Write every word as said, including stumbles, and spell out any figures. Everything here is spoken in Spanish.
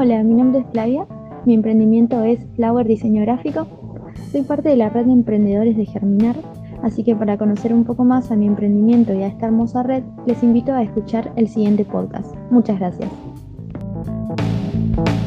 Hola, mi nombre es Flavia, mi emprendimiento es Flower Diseño Gráfico. Soy parte de la red de emprendedores de Germinar, así que para conocer un poco más a mi emprendimiento y a esta hermosa red, les invito a escuchar el siguiente podcast. Muchas gracias.